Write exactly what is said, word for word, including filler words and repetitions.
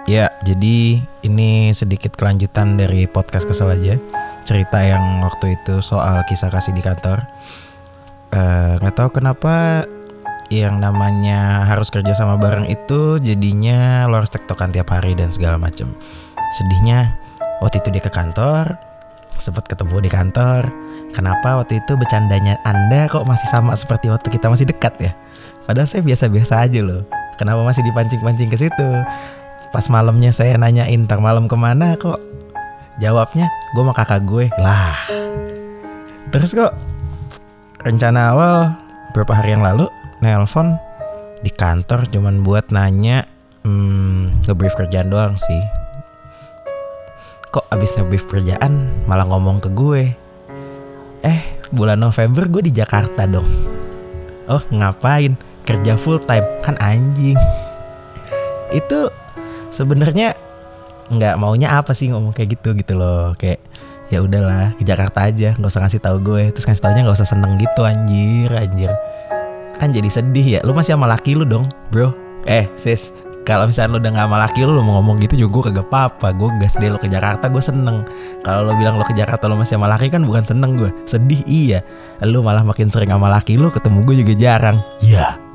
Ya, jadi ini sedikit kelanjutan dari podcast Kesel Aja. Cerita yang waktu itu soal kisah kasih di kantor. uh, Gak tahu kenapa yang namanya harus kerja sama bareng itu jadinya lo harus tektokan tiap hari dan segala macam. Sedihnya waktu itu dia ke kantor, sempat ketemu di kantor. Kenapa waktu itu bercandanya Anda kok masih sama seperti waktu kita masih dekat ya? Padahal saya biasa-biasa aja loh. Kenapa masih dipancing-pancing ke situ? Pas malamnya saya nanyain ntar malam kemana, kok jawabnya gue sama kakak gue lah. Terus kok rencana awal beberapa hari yang lalu nelpon di kantor cuman buat nanya hmm, nge-brief kerjaan doang sih. Kok abis nge-brief kerjaan malah ngomong ke gue, Eh bulan November gue di Jakarta dong. Oh ngapain? Kerja full time? Kan anjing. Itu sebenarnya nggak maunya apa sih ngomong kayak gitu gitu loh. Kayak ya udahlah ke Jakarta aja, nggak usah ngasih tahu gue. Terus ngasih taunya nggak usah seneng gitu, anjir anjir. Kan jadi sedih ya. Lu masih sama laki lu dong bro. Eh sis, kalau misalnya lu udah nggak sama laki lu, lu mau ngomong gitu juga gue kagak apa-apa. Gue gas deh lu ke Jakarta, gue seneng. Kalau lu bilang lu ke Jakarta lu masih sama laki, kan bukan seneng gue, sedih. Iya, lu malah makin sering sama laki lu, ketemu gue juga jarang. Ya